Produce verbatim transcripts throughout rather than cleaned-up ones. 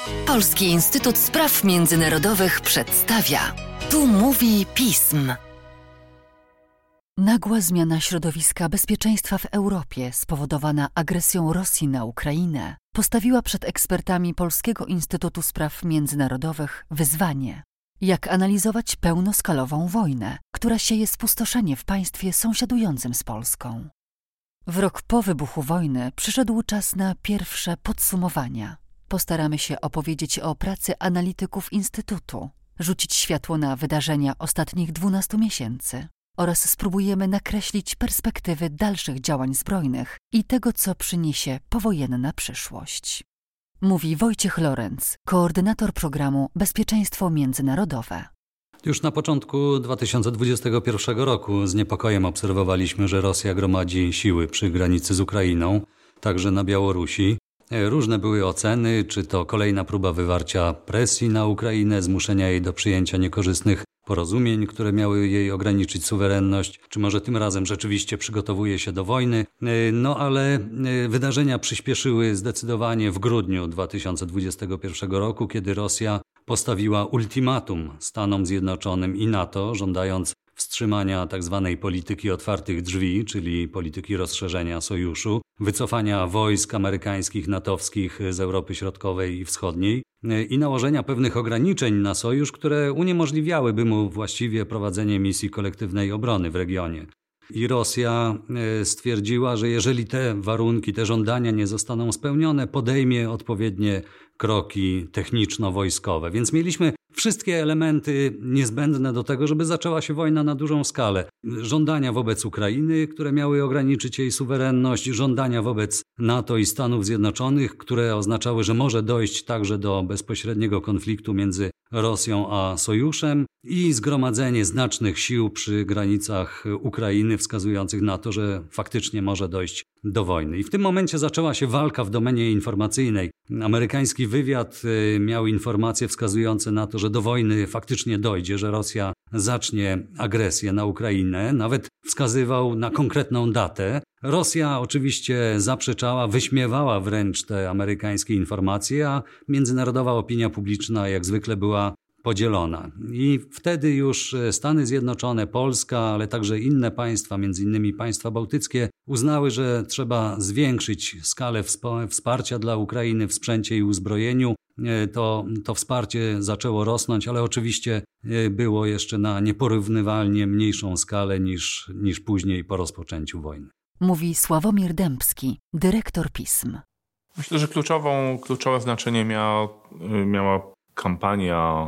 Polski Instytut Spraw Międzynarodowych przedstawia. Tu mówi pism. Nagła zmiana środowiska bezpieczeństwa w Europie spowodowana agresją Rosji na Ukrainę postawiła przed ekspertami Polskiego Instytutu Spraw Międzynarodowych wyzwanie. Jak analizować pełnoskalową wojnę, która sieje spustoszenie w państwie sąsiadującym z Polską? W rok po wybuchu wojny przyszedł czas na pierwsze podsumowania. Postaramy się opowiedzieć o pracy analityków Instytutu, rzucić światło na wydarzenia ostatnich dwunastu miesięcy oraz spróbujemy nakreślić perspektywy dalszych działań zbrojnych i tego, co przyniesie powojenna przyszłość. Mówi Wojciech Lorenz, koordynator programu Bezpieczeństwo Międzynarodowe. Już na początku dwa tysiące dwudziestego pierwszego roku z niepokojem obserwowaliśmy, że Rosja gromadzi siły przy granicy z Ukrainą, także na Białorusi. Różne były oceny, czy to kolejna próba wywarcia presji na Ukrainę, zmuszenia jej do przyjęcia niekorzystnych porozumień, które miały jej ograniczyć suwerenność, czy może tym razem rzeczywiście przygotowuje się do wojny. No ale wydarzenia przyspieszyły zdecydowanie w grudniu dwa tysiące dwudziestego pierwszego roku, kiedy Rosja postawiła ultimatum Stanom Zjednoczonym i NATO, żądając wstrzymania tzw. polityki otwartych drzwi, czyli polityki rozszerzenia sojuszu, wycofania wojsk amerykańskich, natowskich z Europy Środkowej i Wschodniej i nałożenia pewnych ograniczeń na sojusz, które uniemożliwiałyby mu właściwie prowadzenie misji kolektywnej obrony w regionie. I Rosja stwierdziła, że jeżeli te warunki, te żądania nie zostaną spełnione, podejmie odpowiednie kroki techniczno-wojskowe. Więc mieliśmy wszystkie elementy niezbędne do tego, żeby zaczęła się wojna na dużą skalę. Żądania wobec Ukrainy, które miały ograniczyć jej suwerenność, żądania wobec NATO i Stanów Zjednoczonych, które oznaczały, że może dojść także do bezpośredniego konfliktu między Rosją a sojuszem i zgromadzenie znacznych sił przy granicach Ukrainy wskazujących na to, że faktycznie może dojść do wojny. I w tym momencie zaczęła się walka w domenie informacyjnej. Amerykański wywiad miał informacje wskazujące na to, że do wojny faktycznie dojdzie, że Rosja zacznie agresję na Ukrainę. Nawet wskazywał na konkretną datę. Rosja oczywiście zaprzeczała, wyśmiewała wręcz te amerykańskie informacje, a międzynarodowa opinia publiczna jak zwykle była podzielona. I wtedy już Stany Zjednoczone, Polska, ale także inne państwa, między innymi państwa bałtyckie, uznały, że trzeba zwiększyć skalę wsparcia dla Ukrainy w sprzęcie i uzbrojeniu. To, to wsparcie zaczęło rosnąć, ale oczywiście było jeszcze na nieporównywalnie mniejszą skalę niż, niż później po rozpoczęciu wojny. Mówi Sławomir Dębski, dyrektor pism. Myślę, że kluczową, kluczowe znaczenie miała, miała kampania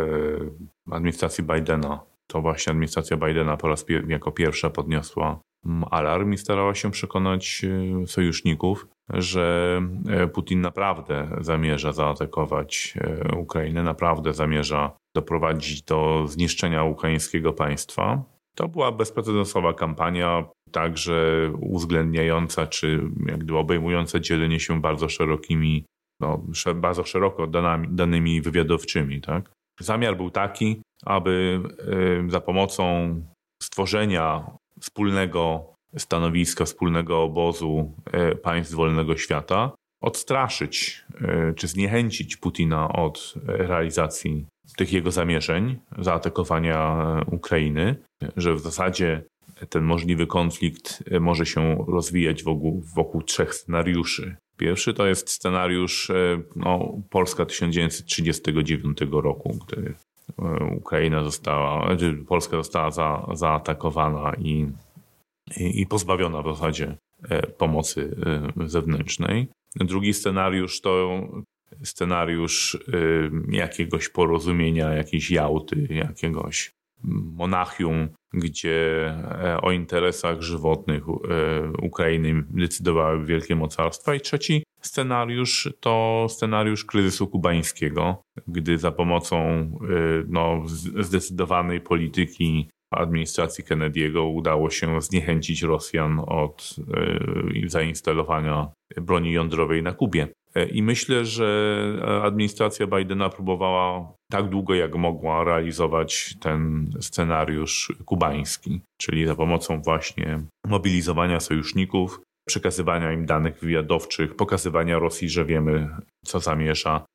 e, administracji Bidena. To właśnie administracja Bidena po raz pier- jako pierwsza podniosła alarm i starała się przekonać sojuszników, że Putin naprawdę zamierza zaatakować Ukrainę, naprawdę zamierza doprowadzić do zniszczenia ukraińskiego państwa. To była bezprecedensowa kampania, także uwzględniająca, czy jak gdyby obejmująca dzielenie się bardzo szerokimi, no, bardzo szeroko danymi, danymi wywiadowczymi. Tak? Zamiar był taki, aby y, za pomocą stworzenia wspólnego stanowiska, wspólnego obozu y, państw wolnego świata odstraszyć y, czy zniechęcić Putina od realizacji tych jego zamierzeń, zaatakowania Ukrainy, że w zasadzie ten możliwy konflikt może się rozwijać wokół, wokół trzech scenariuszy. Pierwszy to jest scenariusz no, Polska tysiąc dziewięćset trzydziestego dziewiątego roku, gdy Ukraina została, Polska została za, zaatakowana i, i, i pozbawiona w zasadzie pomocy zewnętrznej. Drugi scenariusz to scenariusz jakiegoś porozumienia, jakiejś Jałty, jakiegoś Monachium, gdzie o interesach żywotnych Ukrainy decydowały wielkie mocarstwa. I trzeci scenariusz to scenariusz kryzysu kubańskiego, gdy za pomocą no, zdecydowanej polityki administracji Kennedy'ego udało się zniechęcić Rosjan od zainstalowania broni jądrowej na Kubie. I myślę, że administracja Bidena próbowała tak długo jak mogła realizować ten scenariusz kubański, czyli za pomocą właśnie mobilizowania sojuszników, przekazywania im danych wywiadowczych, pokazywania Rosji, że wiemy, co zamierza,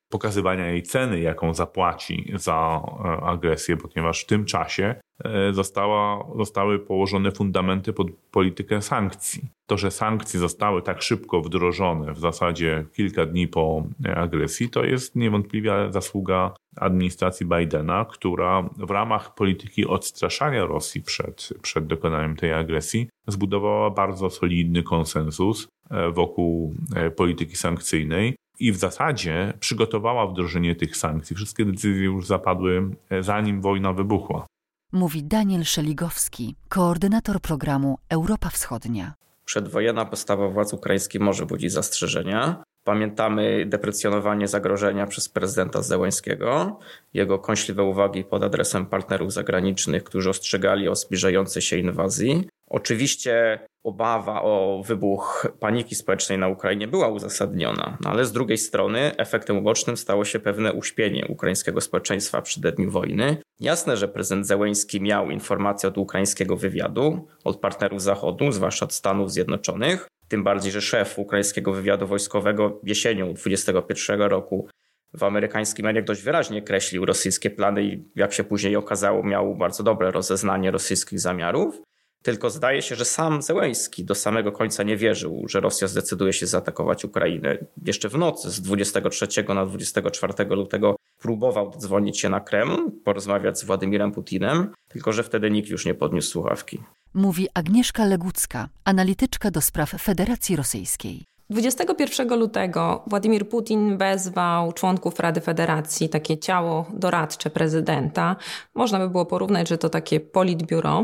pokazywania jej ceny, jaką zapłaci za agresję, ponieważ w tym czasie została, zostały położone fundamenty pod politykę sankcji. To, że sankcje zostały tak szybko wdrożone, w zasadzie kilka dni po agresji, to jest niewątpliwie zasługa administracji Bidena, która w ramach polityki odstraszania Rosji przed, przed dokonaniem tej agresji zbudowała bardzo solidny konsensus wokół polityki sankcyjnej i w zasadzie przygotowała wdrożenie tych sankcji. Wszystkie decyzje już zapadły, zanim wojna wybuchła. Mówi Daniel Szeligowski, koordynator programu Europa Wschodnia. Przedwojenna postawa władz ukraińskich może budzić zastrzeżenia. Pamiętamy deprecjonowanie zagrożenia przez prezydenta Zełenskiego, jego kąśliwe uwagi pod adresem partnerów zagranicznych, którzy ostrzegali o zbliżającej się inwazji. Oczywiście obawa o wybuch paniki społecznej na Ukrainie była uzasadniona, no ale z drugiej strony efektem ubocznym stało się pewne uśpienie ukraińskiego społeczeństwa przy dniu wojny. Jasne, że prezydent Zełenski miał informacje od ukraińskiego wywiadu, od partnerów Zachodu, zwłaszcza od Stanów Zjednoczonych, tym bardziej, że szef ukraińskiego wywiadu wojskowego jesienią dwudziestego pierwszego roku w amerykańskich mediach dość wyraźnie kreślił rosyjskie plany i jak się później okazało, miał bardzo dobre rozeznanie rosyjskich zamiarów. Tylko zdaje się, że sam Zełenski do samego końca nie wierzył, że Rosja zdecyduje się zaatakować Ukrainę. Jeszcze w nocy z dwudziestego trzeciego na dwudziestego czwartego lutego próbował dzwonić się na Kreml, porozmawiać z Władimirem Putinem, tylko że wtedy nikt już nie podniósł słuchawki. Mówi Agnieszka Legucka, analityczka do spraw Federacji Rosyjskiej. dwudziestego pierwszego lutego Władimir Putin wezwał członków Rady Federacji, takie ciało doradcze prezydenta. Można by było porównać, że to takie politbiuro.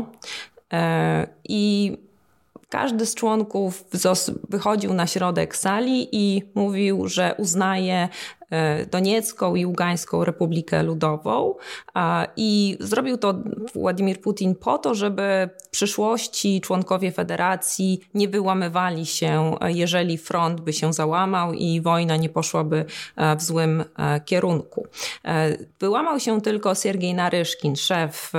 I każdy z członków wychodził na środek sali i mówił, że uznaje Doniecką i Ługańską Republikę Ludową i zrobił to Władimir Putin po to, żeby w przyszłości członkowie federacji nie wyłamywali się, jeżeli front by się załamał i wojna nie poszłaby w złym kierunku. Wyłamał się tylko Siergiej Naryszkin, szef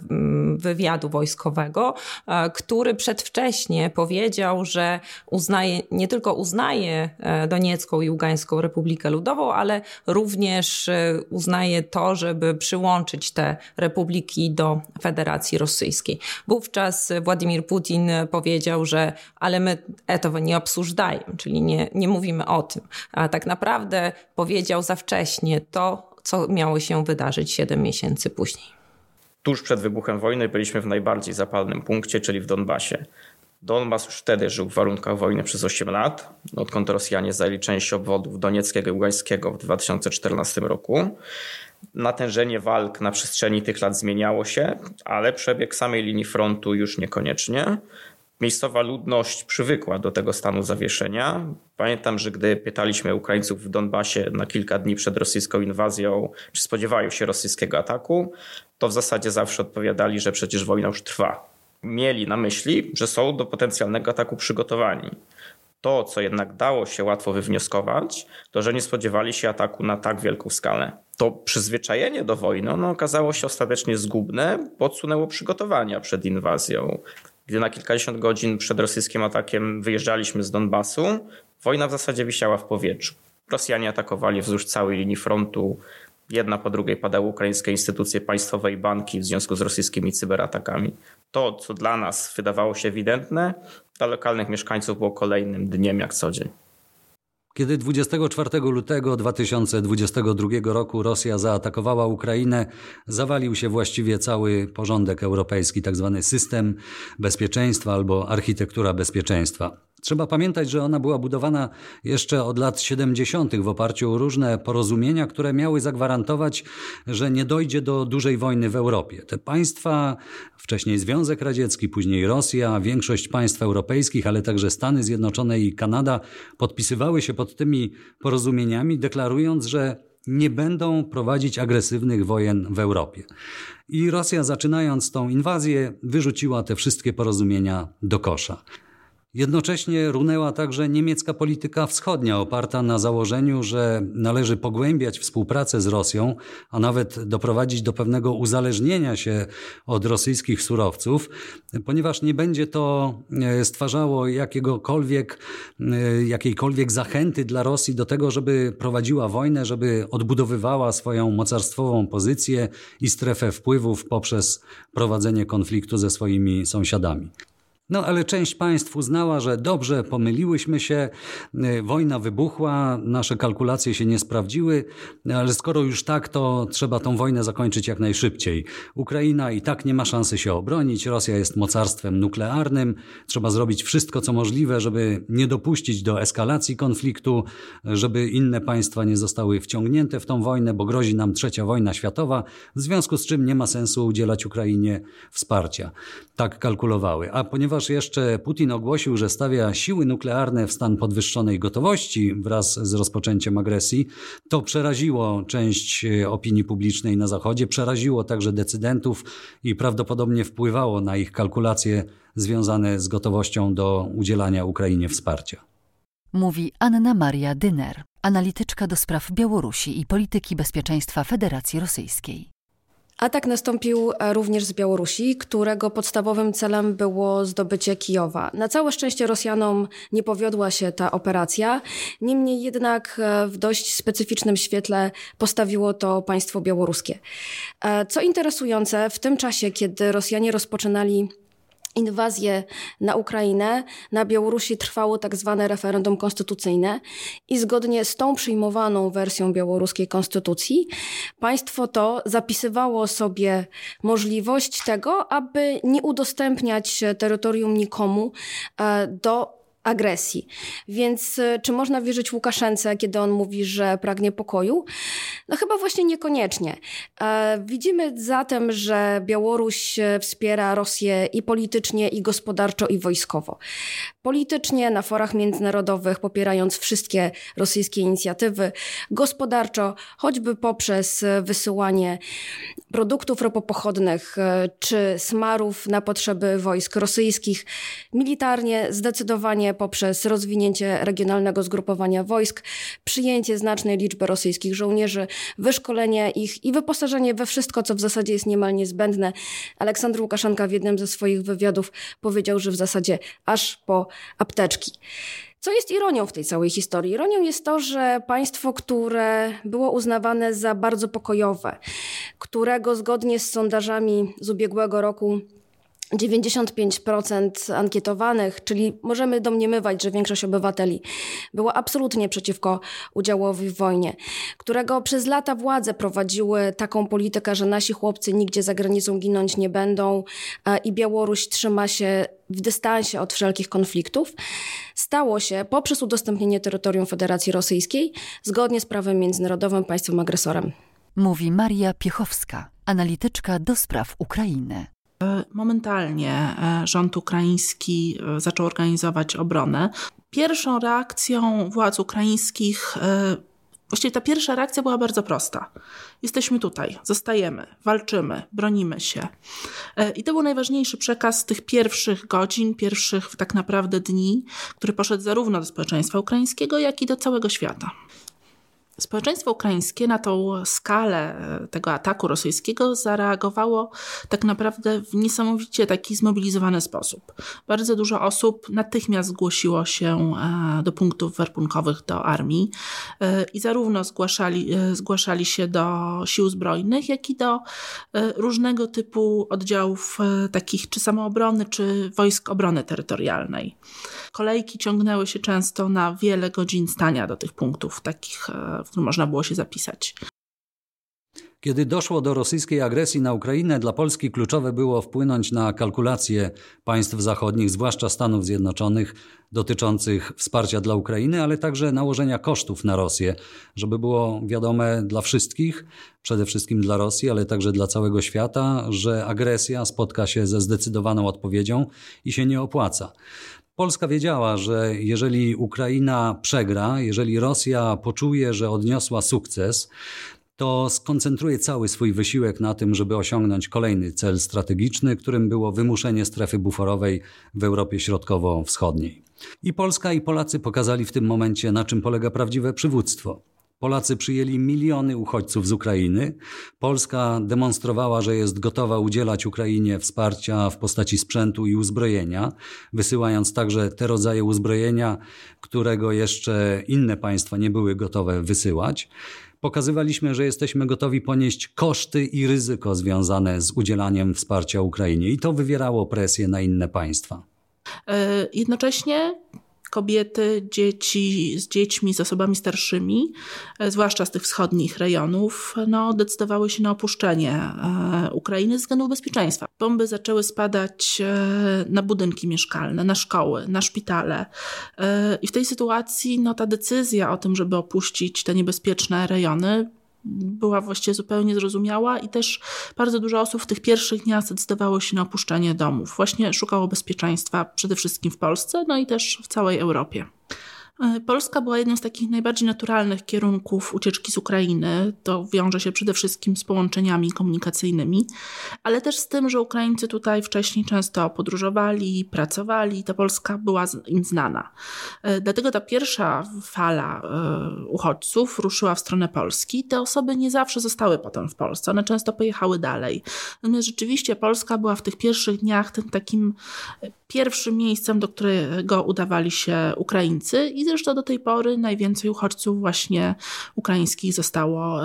wywiadu wojskowego, który przedwcześnie powiedział, że uznaje, nie tylko uznaje Doniecką i Ługańską Republikę Ludową, ale również uznaje to, żeby przyłączyć te republiki do Federacji Rosyjskiej. Wówczas Władimir Putin powiedział, że ale my tego nie obsуждаем, czyli nie, nie mówimy o tym. A tak naprawdę powiedział za wcześnie to, co miało się wydarzyć siedem miesięcy później. Tuż przed wybuchem wojny byliśmy w najbardziej zapalnym punkcie, czyli w Donbasie. Donbas już wtedy żył w warunkach wojny przez osiem lat, odkąd Rosjanie zajęli część obwodów Donieckiego i Ługańskiego w dwa tysiące czternastym roku. Natężenie walk na przestrzeni tych lat zmieniało się, ale przebieg samej linii frontu już niekoniecznie. Miejscowa ludność przywykła do tego stanu zawieszenia. Pamiętam, że gdy pytaliśmy Ukraińców w Donbasie na kilka dni przed rosyjską inwazją, czy spodziewają się rosyjskiego ataku, to w zasadzie zawsze odpowiadali, że przecież wojna już trwa. Mieli na myśli, że są do potencjalnego ataku przygotowani. To, co jednak dało się łatwo wywnioskować, to, że nie spodziewali się ataku na tak wielką skalę. To przyzwyczajenie do wojny ono okazało się ostatecznie zgubne, bo odsunęło przygotowania przed inwazją. Gdy na kilkadziesiąt godzin przed rosyjskim atakiem wyjeżdżaliśmy z Donbasu, wojna w zasadzie wisiała w powietrzu. Rosjanie atakowali wzdłuż całej linii frontu. Jedna po drugiej padały ukraińskie instytucje państwowe i banki w związku z rosyjskimi cyberatakami. To, co dla nas wydawało się ewidentne, dla lokalnych mieszkańców było kolejnym dniem jak co dzień. Kiedy dwudziestego czwartego lutego dwa tysiące dwudziestego drugiego roku Rosja zaatakowała Ukrainę, zawalił się właściwie cały porządek europejski, tak zwany system bezpieczeństwa albo architektura bezpieczeństwa. Trzeba pamiętać, że ona była budowana jeszcze od lat siedemdziesiątych w oparciu o różne porozumienia, które miały zagwarantować, że nie dojdzie do dużej wojny w Europie. Te państwa, wcześniej Związek Radziecki, później Rosja, większość państw europejskich, ale także Stany Zjednoczone i Kanada podpisywały się pod tymi porozumieniami, deklarując, że nie będą prowadzić agresywnych wojen w Europie. I Rosja, zaczynając tą inwazję, wyrzuciła te wszystkie porozumienia do kosza. Jednocześnie runęła także niemiecka polityka wschodnia, oparta na założeniu, że należy pogłębiać współpracę z Rosją, a nawet doprowadzić do pewnego uzależnienia się od rosyjskich surowców, ponieważ nie będzie to stwarzało jakiegokolwiek, jakiejkolwiek zachęty dla Rosji do tego, żeby prowadziła wojnę, żeby odbudowywała swoją mocarstwową pozycję i strefę wpływów poprzez prowadzenie konfliktu ze swoimi sąsiadami. No ale część państw uznała, że dobrze, pomyliłyśmy się, wojna wybuchła, nasze kalkulacje się nie sprawdziły, ale skoro już tak, to trzeba tą wojnę zakończyć jak najszybciej. Ukraina i tak nie ma szansy się obronić, Rosja jest mocarstwem nuklearnym, trzeba zrobić wszystko, co możliwe, żeby nie dopuścić do eskalacji konfliktu, żeby inne państwa nie zostały wciągnięte w tą wojnę, bo grozi nam trzecia wojna światowa, w związku z czym nie ma sensu udzielać Ukrainie wsparcia. Tak kalkulowały. A ponieważ jeszcze Putin ogłosił, że stawia siły nuklearne w stan podwyższonej gotowości wraz z rozpoczęciem agresji, to przeraziło część opinii publicznej na Zachodzie, przeraziło także decydentów i prawdopodobnie wpływało na ich kalkulacje związane z gotowością do udzielania Ukrainie wsparcia. Mówi Anna Maria Dyner, analityczka do spraw Białorusi i polityki bezpieczeństwa Federacji Rosyjskiej. Atak nastąpił również z Białorusi, którego podstawowym celem było zdobycie Kijowa. Na całe szczęście Rosjanom nie powiodła się ta operacja, niemniej jednak w dość specyficznym świetle postawiło to państwo białoruskie. Co interesujące, w tym czasie, kiedy Rosjanie rozpoczynali inwazję na Ukrainę, na Białorusi trwało tak zwane referendum konstytucyjne i zgodnie z tą przyjmowaną wersją białoruskiej konstytucji państwo to zapisywało sobie możliwość tego, aby nie udostępniać terytorium nikomu do agresji. Więc czy można wierzyć Łukaszence, kiedy on mówi, że pragnie pokoju? No chyba właśnie niekoniecznie. Widzimy zatem, że Białoruś wspiera Rosję i politycznie, i gospodarczo, i wojskowo. Politycznie na forach międzynarodowych, popierając wszystkie rosyjskie inicjatywy, gospodarczo, choćby poprzez wysyłanie produktów ropopochodnych czy smarów na potrzeby wojsk rosyjskich, militarnie zdecydowanie poprzez rozwinięcie regionalnego zgrupowania wojsk, przyjęcie znacznej liczby rosyjskich żołnierzy, wyszkolenie ich i wyposażenie we wszystko, co w zasadzie jest niemal niezbędne. Aleksander Łukaszenka w jednym ze swoich wywiadów powiedział, że w zasadzie aż po apteczki. Co jest ironią w tej całej historii? Ironią jest to, że państwo, które było uznawane za bardzo pokojowe, którego zgodnie z sondażami z ubiegłego roku dziewięćdziesiąt pięć procent ankietowanych, czyli możemy domniemywać, że większość obywateli była absolutnie przeciwko udziałowi w wojnie, którego przez lata władze prowadziły taką politykę, że nasi chłopcy nigdzie za granicą ginąć nie będą i Białoruś trzyma się w dystansie od wszelkich konfliktów, stało się poprzez udostępnienie terytorium Federacji Rosyjskiej zgodnie z prawem międzynarodowym państwem agresorem. Mówi Maria Piechowska, analityczka do spraw Ukrainy. Momentalnie rząd ukraiński zaczął organizować obronę. Pierwszą reakcją władz ukraińskich, właściwie ta pierwsza reakcja była bardzo prosta. Jesteśmy tutaj, zostajemy, walczymy, bronimy się. I to był najważniejszy przekaz tych pierwszych godzin, pierwszych tak naprawdę dni, który poszedł zarówno do społeczeństwa ukraińskiego, jak i do całego świata. Społeczeństwo ukraińskie na tą skalę tego ataku rosyjskiego zareagowało tak naprawdę w niesamowicie taki zmobilizowany sposób. Bardzo dużo osób natychmiast zgłosiło się do punktów warunkowych do armii i zarówno zgłaszali, zgłaszali się do sił zbrojnych, jak i do różnego typu oddziałów takich czy samoobrony, czy wojsk obrony terytorialnej. Kolejki ciągnęły się często na wiele godzin stania do tych punktów takich, w którym można było się zapisać. Kiedy doszło do rosyjskiej agresji na Ukrainę, dla Polski kluczowe było wpłynąć na kalkulacje państw zachodnich, zwłaszcza Stanów Zjednoczonych, dotyczących wsparcia dla Ukrainy, ale także nałożenia kosztów na Rosję, żeby było wiadome dla wszystkich, przede wszystkim dla Rosji, ale także dla całego świata, że agresja spotka się ze zdecydowaną odpowiedzią i się nie opłaca. Polska wiedziała, że jeżeli Ukraina przegra, jeżeli Rosja poczuje, że odniosła sukces, to skoncentruje cały swój wysiłek na tym, żeby osiągnąć kolejny cel strategiczny, którym było wymuszenie strefy buforowej w Europie Środkowo-Wschodniej. I Polska i Polacy pokazali w tym momencie, na czym polega prawdziwe przywództwo. Polacy przyjęli miliony uchodźców z Ukrainy. Polska demonstrowała, że jest gotowa udzielać Ukrainie wsparcia w postaci sprzętu i uzbrojenia, wysyłając także te rodzaje uzbrojenia, którego jeszcze inne państwa nie były gotowe wysyłać. Pokazywaliśmy, że jesteśmy gotowi ponieść koszty i ryzyko związane z udzielaniem wsparcia Ukrainie i to wywierało presję na inne państwa. Jednocześnie kobiety, dzieci z dziećmi, z osobami starszymi, zwłaszcza z tych wschodnich rejonów, no, decydowały się na opuszczenie Ukrainy ze względów bezpieczeństwa. Bomby zaczęły spadać na budynki mieszkalne, na szkoły, na szpitale. I w tej sytuacji no, ta decyzja o tym, żeby opuścić te niebezpieczne rejony, była właściwie zupełnie zrozumiała i też bardzo dużo osób w tych pierwszych dniach zdecydowało się na opuszczenie domów. Właśnie szukało bezpieczeństwa przede wszystkim w Polsce, no i też w całej Europie. Polska była jednym z takich najbardziej naturalnych kierunków ucieczki z Ukrainy. To wiąże się przede wszystkim z połączeniami komunikacyjnymi, ale też z tym, że Ukraińcy tutaj wcześniej często podróżowali, pracowali. Ta Polska była im znana. Dlatego ta pierwsza fala uchodźców ruszyła w stronę Polski. Te osoby nie zawsze zostały potem w Polsce. One często pojechały dalej. Natomiast rzeczywiście Polska była w tych pierwszych dniach tym takim pierwszym miejscem, do którego udawali się Ukraińcy i zresztą do tej pory najwięcej uchodźców właśnie ukraińskich zostało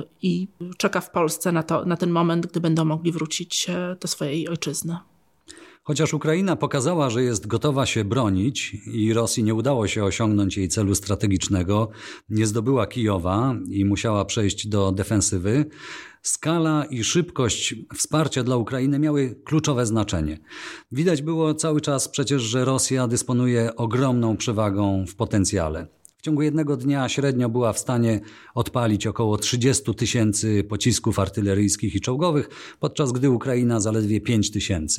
i czeka w Polsce na, to, na ten moment, gdy będą mogli wrócić do swojej ojczyzny. Chociaż Ukraina pokazała, że jest gotowa się bronić i Rosji nie udało się osiągnąć jej celu strategicznego, nie zdobyła Kijowa i musiała przejść do defensywy, skala i szybkość wsparcia dla Ukrainy miały kluczowe znaczenie. Widać było cały czas przecież, że Rosja dysponuje ogromną przewagą w potencjale. W ciągu jednego dnia średnio była w stanie odpalić około trzydzieści tysięcy pocisków artyleryjskich i czołgowych, podczas gdy Ukraina zaledwie pięć tysięcy.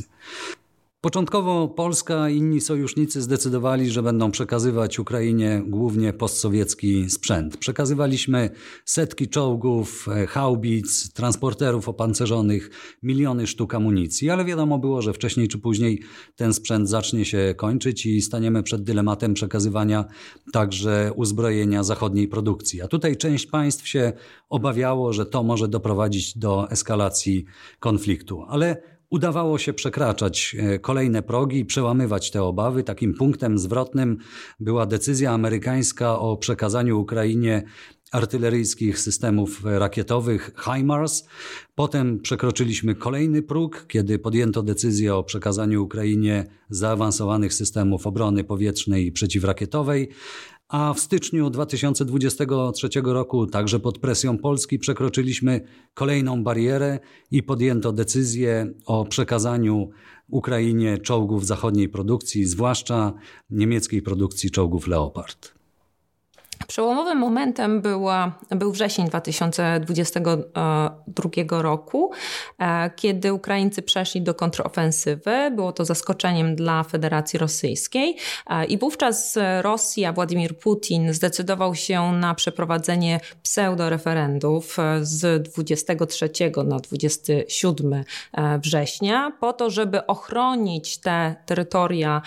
Początkowo Polska i inni sojusznicy zdecydowali, że będą przekazywać Ukrainie głównie postsowiecki sprzęt. Przekazywaliśmy setki czołgów, haubic, transporterów opancerzonych, miliony sztuk amunicji, ale wiadomo było, że wcześniej czy później ten sprzęt zacznie się kończyć i staniemy przed dylematem przekazywania także uzbrojenia zachodniej produkcji. A tutaj część państw się obawiało, że to może doprowadzić do eskalacji konfliktu, ale udawało się przekraczać kolejne progi i przełamywać te obawy. Takim punktem zwrotnym była decyzja amerykańska o przekazaniu Ukrainie artyleryjskich systemów rakietowych HIMARS. Potem przekroczyliśmy kolejny próg, kiedy podjęto decyzję o przekazaniu Ukrainie zaawansowanych systemów obrony powietrznej i przeciwrakietowej. A w styczniu dwa tysiące dwudziestego trzeciego roku, także pod presją Polski, przekroczyliśmy kolejną barierę i podjęto decyzję o przekazaniu Ukrainie czołgów zachodniej produkcji, zwłaszcza niemieckiej produkcji czołgów Leopard. Przełomowym momentem była, był wrzesień dwa tysiące dwudziestego drugiego roku, kiedy Ukraińcy przeszli do kontrofensywy. Było to zaskoczeniem dla Federacji Rosyjskiej i wówczas Rosja, Władimir Putin zdecydował się na przeprowadzenie pseudoreferendów z dwudziestego trzeciego na dwudziestego siódmego września po to, żeby ochronić te terytoria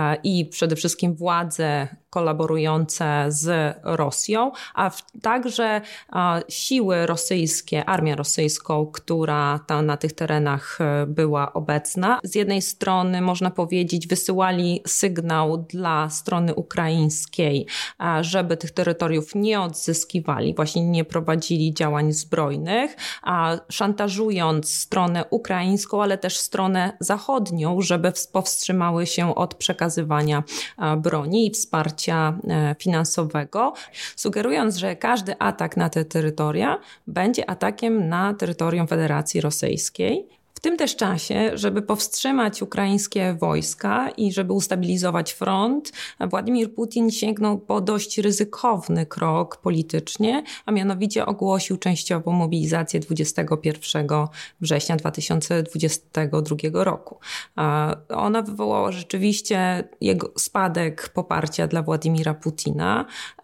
i przede wszystkim władze kolaborujące z Rosją, a w, także a, siły rosyjskie, armię rosyjską, która tam na tych terenach była obecna. Z jednej strony, można powiedzieć, wysyłali sygnał dla strony ukraińskiej, a, żeby tych terytoriów nie odzyskiwali, właśnie nie prowadzili działań zbrojnych, a, szantażując stronę ukraińską, ale też stronę zachodnią, żeby powstrzymały się od przekazywania a, broni i wsparcia finansowego, sugerując, że każdy atak na te terytoria będzie atakiem na terytorium Federacji Rosyjskiej. W tym też czasie, żeby powstrzymać ukraińskie wojska i żeby ustabilizować front, Władimir Putin sięgnął po dość ryzykowny krok politycznie, a mianowicie ogłosił częściową mobilizację dwudziestego pierwszego września dwa tysiące dwudziestego drugiego roku. Ona wywołała rzeczywiście jego spadek poparcia dla Władimira Putina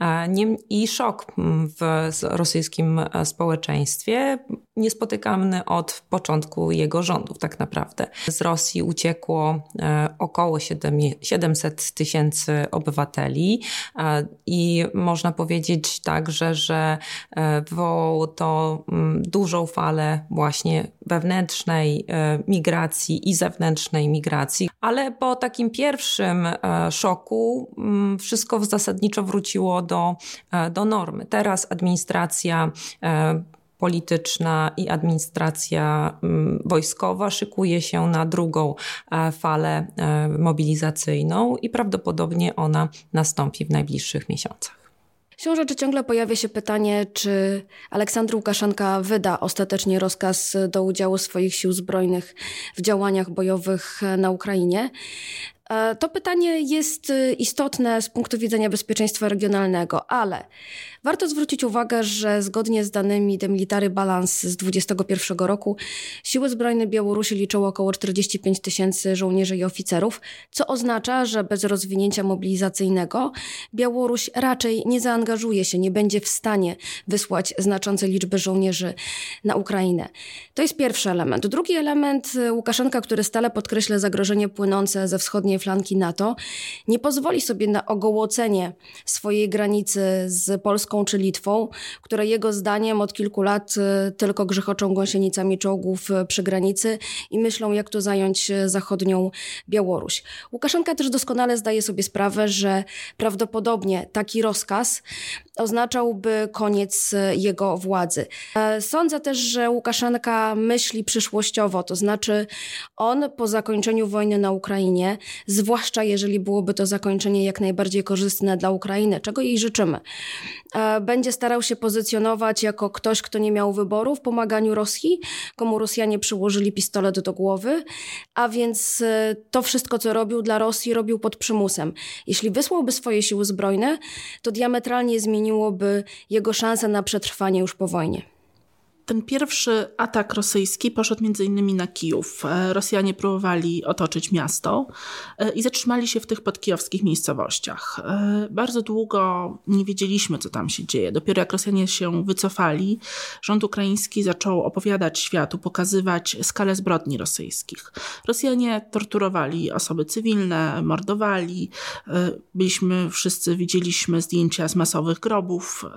i szok w rosyjskim społeczeństwie, niespotykany od początku jego rządów tak naprawdę. Z Rosji uciekło około siedemset tysięcy obywateli i można powiedzieć także, że wywołało to dużą falę właśnie wewnętrznej migracji i zewnętrznej migracji. Ale po takim pierwszym szoku wszystko zasadniczo wróciło do, do normy. Teraz administracja polityczna i administracja wojskowa szykuje się na drugą falę mobilizacyjną i prawdopodobnie ona nastąpi w najbliższych miesiącach. Siłą rzeczy ciągle pojawia się pytanie, czy Aleksandr Łukaszenka wyda ostatecznie rozkaz do udziału swoich sił zbrojnych w działaniach bojowych na Ukrainie. To pytanie jest istotne z punktu widzenia bezpieczeństwa regionalnego, ale warto zwrócić uwagę, że zgodnie z danymi The Military Balance z dwudziestego pierwszego roku siły zbrojne Białorusi liczą około czterdzieści pięć tysięcy żołnierzy i oficerów, co oznacza, że bez rozwinięcia mobilizacyjnego Białoruś raczej nie zaangażuje się, nie będzie w stanie wysłać znaczącej liczby żołnierzy na Ukrainę. To jest pierwszy element. Drugi element, Łukaszenka, który stale podkreśla zagrożenie płynące ze wschodniej flanki NATO, nie pozwoli sobie na ogołocenie swojej granicy z Polską czy Litwą, które jego zdaniem od kilku lat tylko grzechoczą gąsienicami czołgów przy granicy i myślą, jak tu zająć zachodnią Białoruś. Łukaszenka też doskonale zdaje sobie sprawę, że prawdopodobnie taki rozkaz oznaczałby koniec jego władzy. Sądzę też, że Łukaszenka myśli przyszłościowo, to znaczy on po zakończeniu wojny na Ukrainie, zwłaszcza jeżeli byłoby to zakończenie jak najbardziej korzystne dla Ukrainy, czego jej życzymy, będzie starał się pozycjonować jako ktoś, kto nie miał wyboru w pomaganiu Rosji, komu Rosjanie przyłożyli pistolet do głowy, a więc to wszystko, co robił dla Rosji, robił pod przymusem. Jeśli wysłałby swoje siły zbrojne, to diametralnie zmieniłoby jego szanse na przetrwanie już po wojnie. Ten pierwszy atak rosyjski poszedł między innymi na Kijów. Rosjanie próbowali otoczyć miasto i zatrzymali się w tych podkijowskich miejscowościach. Bardzo długo nie wiedzieliśmy, co tam się dzieje. Dopiero jak Rosjanie się wycofali, rząd ukraiński zaczął opowiadać światu, pokazywać skalę zbrodni rosyjskich. Rosjanie torturowali osoby cywilne, mordowali. Byliśmy, wszyscy widzieliśmy zdjęcia z masowych grobów.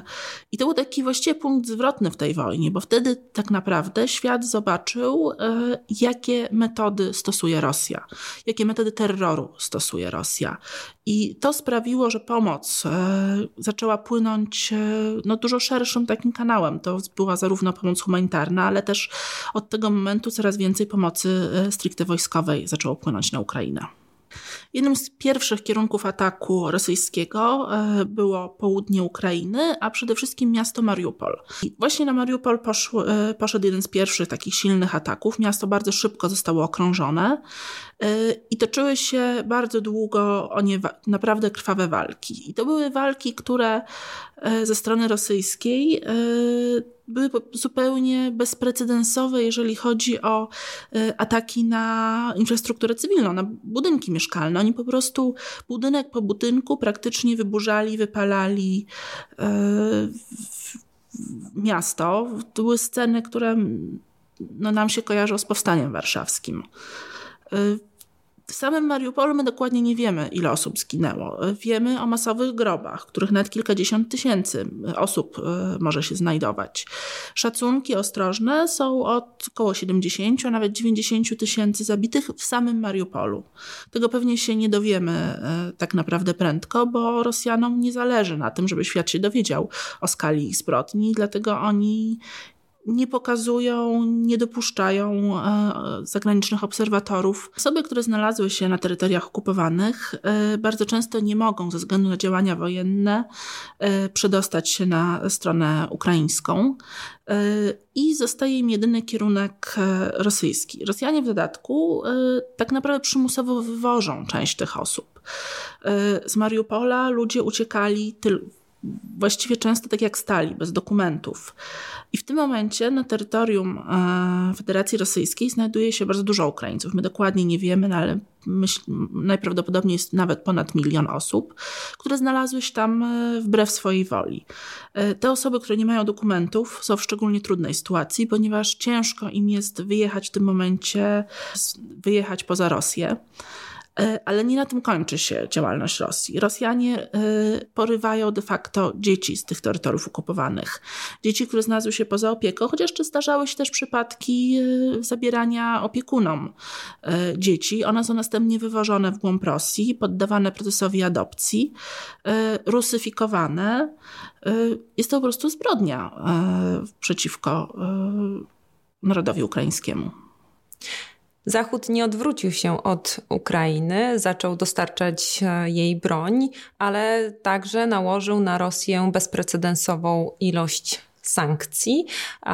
I to był taki właściwie punkt zwrotny w tej wojnie, bo wtedy tak naprawdę świat zobaczył, jakie metody stosuje Rosja, jakie metody terroru stosuje Rosja. I to sprawiło, że pomoc zaczęła płynąć no, dużo szerszym takim kanałem. To była zarówno pomoc humanitarna, ale też od tego momentu coraz więcej pomocy stricte wojskowej zaczęło płynąć na Ukrainę. Jednym z pierwszych kierunków ataku rosyjskiego było południe Ukrainy, a przede wszystkim miasto Mariupol. I właśnie na Mariupol poszło, poszedł jeden z pierwszych takich silnych ataków. Miasto bardzo szybko zostało okrążone i toczyły się bardzo długo o nie naprawdę krwawe walki. I to były walki, które ze strony rosyjskiej były zupełnie bezprecedensowe, jeżeli chodzi o ataki na infrastrukturę cywilną, na budynki mieszkalne. Oni po prostu budynek po budynku praktycznie wyburzali, wypalali miasto. To były sceny, które no, nam się kojarzą z powstaniem warszawskim. W samym Mariupolu my dokładnie nie wiemy, ile osób zginęło. Wiemy o masowych grobach, których nawet kilkadziesiąt tysięcy osób może się znajdować. Szacunki ostrożne są od około siedemdziesiąt, a nawet dziewięćdziesiąt tysięcy zabitych w samym Mariupolu. Tego pewnie się nie dowiemy tak naprawdę prędko, bo Rosjanom nie zależy na tym, żeby świat się dowiedział o skali ich zbrodni, dlatego oni nie pokazują, nie dopuszczają zagranicznych obserwatorów. Osoby, które znalazły się na terytoriach okupowanych, bardzo często nie mogą ze względu na działania wojenne przedostać się na stronę ukraińską i zostaje im jedyny kierunek rosyjski. Rosjanie w dodatku tak naprawdę przymusowo wywożą część tych osób. Z Mariupola ludzie uciekali tylko właściwie często tak jak stali, bez dokumentów. I w tym momencie na terytorium Federacji Rosyjskiej znajduje się bardzo dużo Ukraińców. My dokładnie nie wiemy, no ale myśl, najprawdopodobniej jest nawet ponad milion osób, które znalazły się tam wbrew swojej woli. Te osoby, które nie mają dokumentów, są w szczególnie trudnej sytuacji, ponieważ ciężko im jest wyjechać w tym momencie, wyjechać poza Rosję. Ale nie na tym kończy się działalność Rosji. Rosjanie porywają de facto dzieci z tych terytoriów okupowanych. Dzieci, które znalazły się poza opieką, chociaż zdarzały się też przypadki zabierania opiekunom dzieci. One są następnie wywożone w głąb Rosji, poddawane procesowi adopcji, rusyfikowane. Jest to po prostu zbrodnia przeciwko narodowi ukraińskiemu. Zachód nie odwrócił się od Ukrainy, zaczął dostarczać jej broń, ale także nałożył na Rosję bezprecedensową ilość sankcji.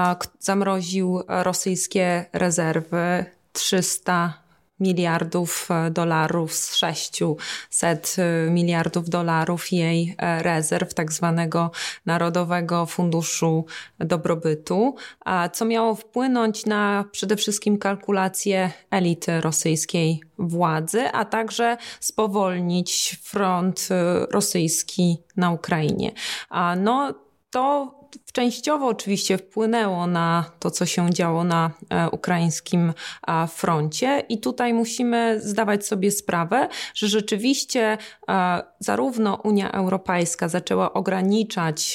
Zamroził rosyjskie rezerwy trzysta miliardów dolarów z sześćset miliardów dolarów jej rezerw, tak zwanego Narodowego Funduszu Dobrobytu, co miało wpłynąć na przede wszystkim kalkulacje elity rosyjskiej władzy, a także spowolnić front rosyjski na Ukrainie. No to częściowo oczywiście wpłynęło na to, co się działo na ukraińskim froncie i tutaj musimy zdawać sobie sprawę, że rzeczywiście zarówno Unia Europejska zaczęła ograniczać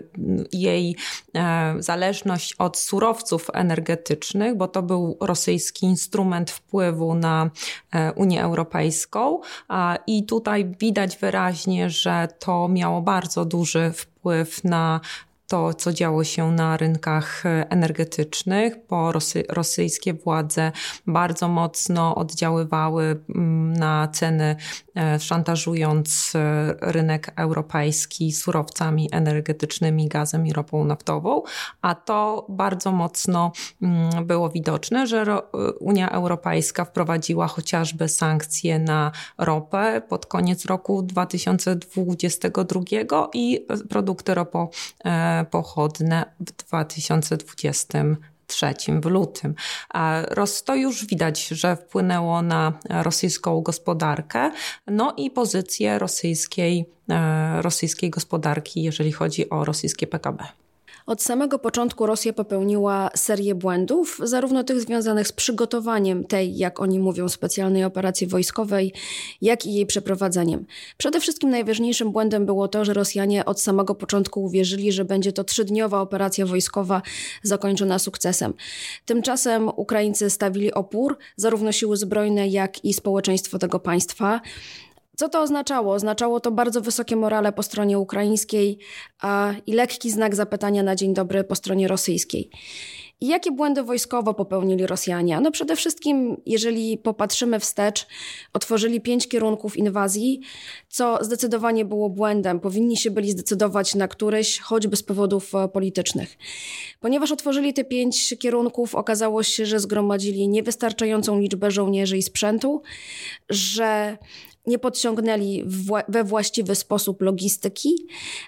jej zależność od surowców energetycznych, bo to był rosyjski instrument wpływu na Unię Europejską i tutaj widać wyraźnie, że to miało bardzo duży wpływ na to, co działo się na rynkach energetycznych, bo rosy, rosyjskie władze bardzo mocno oddziaływały na ceny, szantażując rynek europejski surowcami energetycznymi, gazem i ropą naftową, a to bardzo mocno było widoczne, że Unia Europejska wprowadziła chociażby sankcje na ropę pod koniec roku dwa tysiące dwudziestego drugiego i produkty ropo pochodne w dwa tysiące dwudziestym trzecim, w lutym. To już widać, że wpłynęło na rosyjską gospodarkę, no i pozycję rosyjskiej, rosyjskiej gospodarki, jeżeli chodzi o rosyjskie P K B. Od samego początku Rosja popełniła serię błędów, zarówno tych związanych z przygotowaniem tej, jak oni mówią, specjalnej operacji wojskowej, jak i jej przeprowadzeniem. Przede wszystkim najważniejszym błędem było to, że Rosjanie od samego początku uwierzyli, że będzie to trzydniowa operacja wojskowa zakończona sukcesem. Tymczasem Ukraińcy stawili opór, zarówno siły zbrojne, jak i społeczeństwo tego państwa. Co to oznaczało? Oznaczało to bardzo wysokie morale po stronie ukraińskiej a, i lekki znak zapytania na dzień dobry po stronie rosyjskiej. I jakie błędy wojskowo popełnili Rosjanie? No przede wszystkim, jeżeli popatrzymy wstecz, otworzyli pięć kierunków inwazji, co zdecydowanie było błędem. Powinni się byli zdecydować na któryś, choćby z powodów politycznych. Ponieważ otworzyli te pięć kierunków, okazało się, że zgromadzili niewystarczającą liczbę żołnierzy i sprzętu, że nie podciągnęli we właściwy sposób logistyki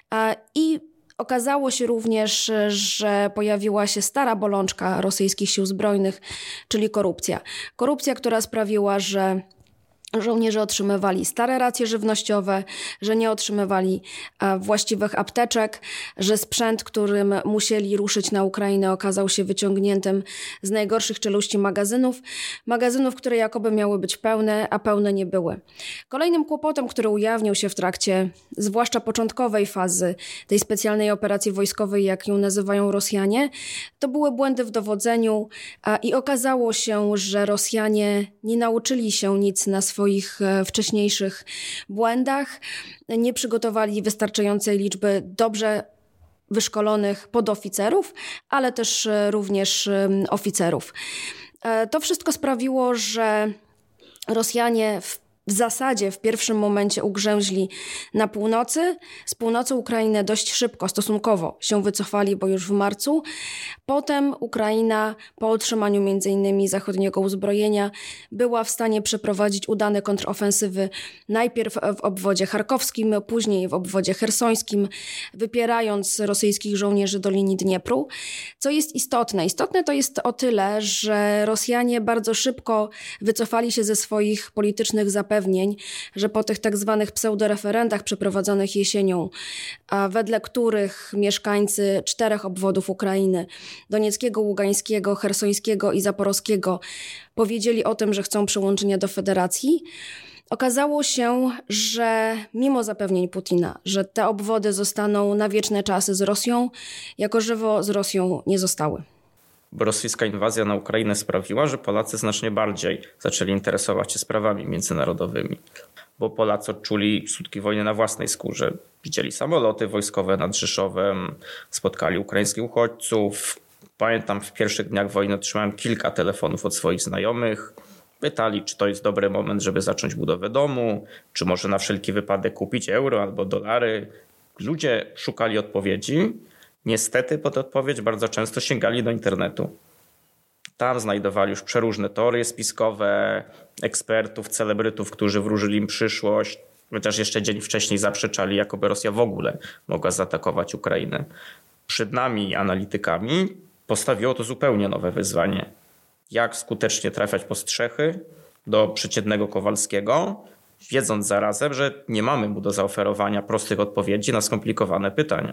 i okazało się również, że pojawiła się stara bolączka rosyjskich sił zbrojnych, czyli korupcja. Korupcja, która sprawiła, że żołnierze otrzymywali stare racje żywnościowe, że nie otrzymywali właściwych apteczek, że sprzęt, którym musieli ruszyć na Ukrainę, okazał się wyciągniętym z najgorszych czeluści magazynów. Magazynów, które jakoby miały być pełne, a pełne nie były. Kolejnym kłopotem, który ujawnił się w trakcie, zwłaszcza początkowej fazy tej specjalnej operacji wojskowej, jak ją nazywają Rosjanie, to były błędy w dowodzeniu i okazało się, że Rosjanie nie nauczyli się nic na swoich swoich wcześniejszych błędach, nie przygotowali wystarczającej liczby dobrze wyszkolonych podoficerów, ale też również oficerów. To wszystko sprawiło, że Rosjanie w W zasadzie w pierwszym momencie ugrzęźli na północy. Z północy Ukrainy dość szybko, stosunkowo się wycofali, bo już w marcu. Potem Ukraina po otrzymaniu między innymi zachodniego uzbrojenia była w stanie przeprowadzić udane kontrofensywy najpierw w obwodzie charkowskim, później w obwodzie chersońskim, wypierając rosyjskich żołnierzy do linii Dniepru. Co jest istotne? Istotne to jest o tyle, że Rosjanie bardzo szybko wycofali się ze swoich politycznych zapewnień, że po tych tak zwanych pseudoreferendach przeprowadzonych jesienią, a wedle których mieszkańcy czterech obwodów Ukrainy, Donieckiego, Ługańskiego, Chersońskiego i Zaporowskiego, powiedzieli o tym, że chcą przyłączenia do federacji, okazało się, że mimo zapewnień Putina, że te obwody zostaną na wieczne czasy z Rosją, jako żywo z Rosją nie zostały. Bo rosyjska inwazja na Ukrainę sprawiła, że Polacy znacznie bardziej zaczęli interesować się sprawami międzynarodowymi. Bo Polacy odczuli skutki wojny na własnej skórze. Widzieli samoloty wojskowe nad Rzeszowem, spotkali ukraińskich uchodźców. Pamiętam, w pierwszych dniach wojny otrzymałem kilka telefonów od swoich znajomych. Pytali, czy to jest dobry moment, żeby zacząć budowę domu, czy może na wszelki wypadek kupić euro albo dolary. Ludzie szukali odpowiedzi. Niestety pod odpowiedź bardzo często sięgali do internetu. Tam znajdowali już przeróżne teorie spiskowe, ekspertów, celebrytów, którzy wróżyli im przyszłość, chociaż jeszcze dzień wcześniej zaprzeczali, jakoby Rosja w ogóle mogła zaatakować Ukrainę. Przed nami, analitykami, postawiło to zupełnie nowe wyzwanie. Jak skutecznie trafiać po strzechy do przeciętnego Kowalskiego, wiedząc zarazem, że nie mamy mu do zaoferowania prostych odpowiedzi na skomplikowane pytania.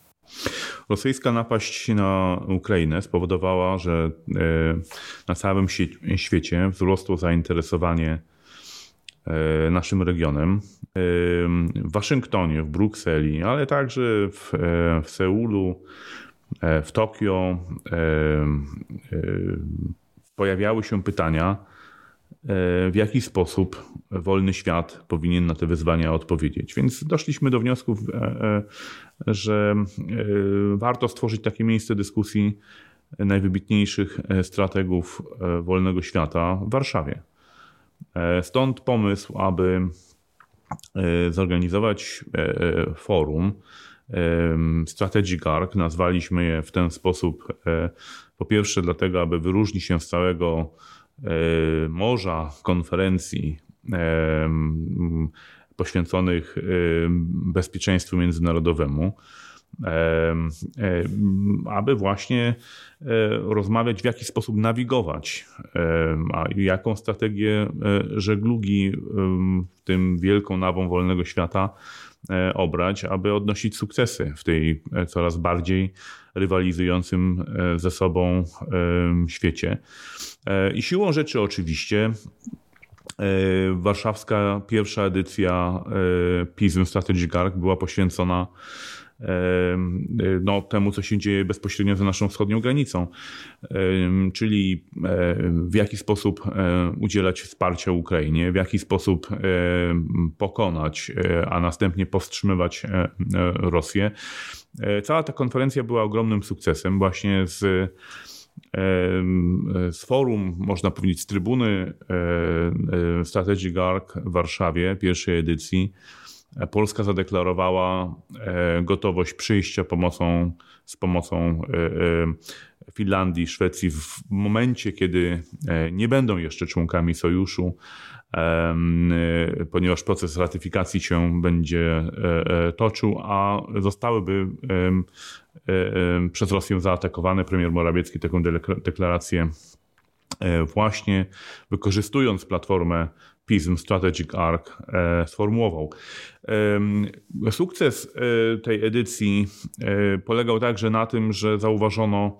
Rosyjska napaść na Ukrainę spowodowała, że na całym świecie wzrosło zainteresowanie naszym regionem. W Waszyngtonie, w Brukseli, ale także w, w Seulu, w Tokio pojawiały się pytania, w jaki sposób wolny świat powinien na te wyzwania odpowiedzieć. Więc doszliśmy do wniosku, że warto stworzyć takie miejsce dyskusji najwybitniejszych strategów wolnego świata w Warszawie. Stąd pomysł, aby zorganizować forum Strategic Arc. Nazwaliśmy je w ten sposób po pierwsze dlatego, aby wyróżnić się z całego morza konferencji poświęconych bezpieczeństwu międzynarodowemu, aby właśnie rozmawiać, w jaki sposób nawigować, a jaką strategię żeglugi w tym wielką nawą wolnego świata obrać, aby odnosić sukcesy w tej coraz bardziej rywalizującym ze sobą świecie. I siłą rzeczy oczywiście warszawska pierwsza edycja PISM Strategic Arc była poświęcona no, temu, co się dzieje bezpośrednio za naszą wschodnią granicą, czyli w jaki sposób udzielać wsparcia Ukrainie, w jaki sposób pokonać, a następnie powstrzymywać Rosję. Cała ta konferencja była ogromnym sukcesem właśnie z z forum, można powiedzieć z trybuny Strategic Arc w Warszawie, pierwszej edycji, Polska zadeklarowała gotowość przyjścia pomocą, z pomocą Finlandii, Szwecji w momencie, kiedy nie będą jeszcze członkami sojuszu, ponieważ proces ratyfikacji się będzie toczył, a zostałyby przez Rosję zaatakowane. Premier Morawiecki taką deklarację właśnie wykorzystując platformę PISM Strategic Arc sformułował. Sukces tej edycji polegał także na tym, że zauważono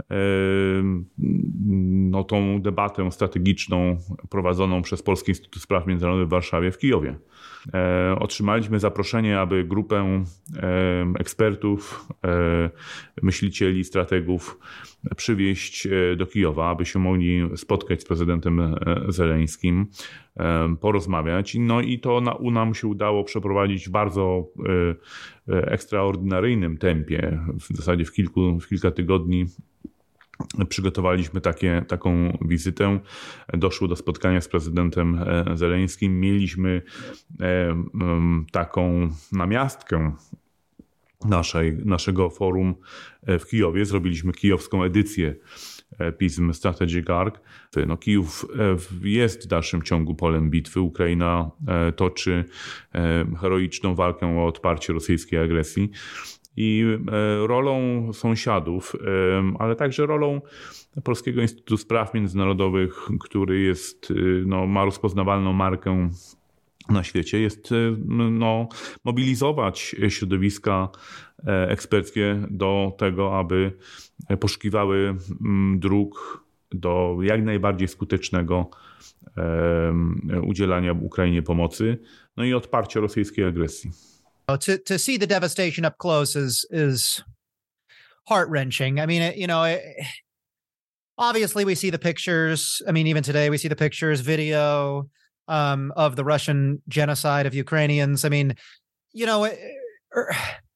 no, tą debatę strategiczną prowadzoną przez Polski Instytut Spraw Międzynarodowych w Warszawie, w Kijowie. Otrzymaliśmy zaproszenie, aby grupę ekspertów, myślicieli, strategów przywieźć do Kijowa, aby się mogli spotkać z prezydentem Zeleńskim. porozmawiać. No i to na, nam się udało przeprowadzić w bardzo ekstraordynaryjnym tempie. W zasadzie w, kilku, w kilka tygodni przygotowaliśmy takie, taką wizytę. Doszło do spotkania z prezydentem Zeleńskim. Mieliśmy taką namiastkę naszej, naszego forum w Kijowie. Zrobiliśmy kijowską edycję pism Strategic Arc. No, Kijów jest w dalszym ciągu polem bitwy. Ukraina toczy heroiczną walkę o odparcie rosyjskiej agresji. I rolą sąsiadów, ale także rolą Polskiego Instytutu Spraw Międzynarodowych, który jest, no, ma rozpoznawalną markę na świecie, jest no, mobilizować środowiska eksperckie do tego, aby poszukiwały dróg do jak najbardziej skutecznego udzielania Ukrainie pomocy, no i odparcia rosyjskiej agresji. To to see the devastation up close is is heart-wrenching. I mean, you know, obviously we see the pictures. I mean, even today we see the pictures, video um, of the Russian genocide of Ukrainians. I mean, you know, Ir-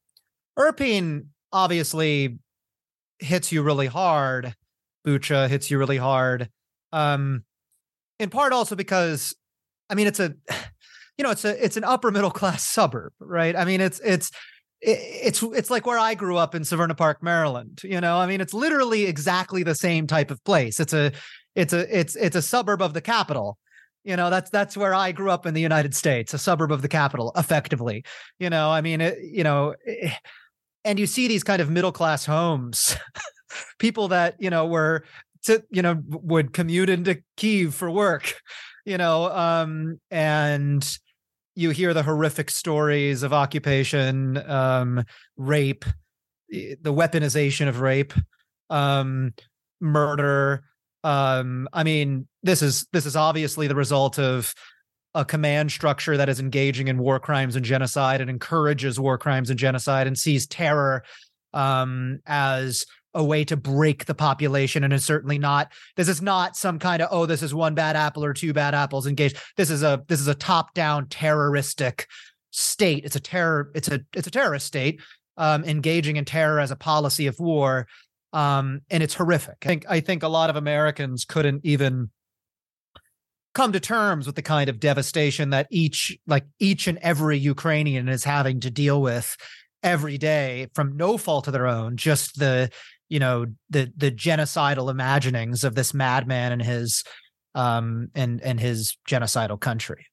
Irpin obviously hits you really hard. Bucha hits you really hard. Um, in part also because, I mean, it's a you know, it's a it's an upper middle class suburb, right? I mean, it's it's it's it's like where I grew up in Severna Park, Maryland. You know, I mean, it's literally exactly the same type of place. It's a it's a it's it's a suburb of the capital. You know, that's that's where I grew up in the United States, a suburb of the capital, effectively. You know, I mean, it, you know, and you see these kind of middle class homes, people that you know were to you know would commute into Kyiv for work. You know, um, and you hear the horrific stories of occupation, um, rape, the weaponization of rape, um, murder. Um, I mean, this is this is obviously the result of a command structure that is engaging in war crimes and genocide and encourages war crimes and genocide and sees terror um, as a way to break the population, and is certainly not. This is not some kind of oh, this is one bad apple or two bad apples engaged. This is a this is a top-down terroristic state. It's a terror. It's a it's a terrorist state um, engaging in terror as a policy of war, um, and it's horrific. I think I think a lot of Americans couldn't even come to terms with the kind of devastation that each like each and every Ukrainian is having to deal with every day from no fault of their own. Just the you know, the the genocidal imaginings of this madman and his um and and his genocidal country.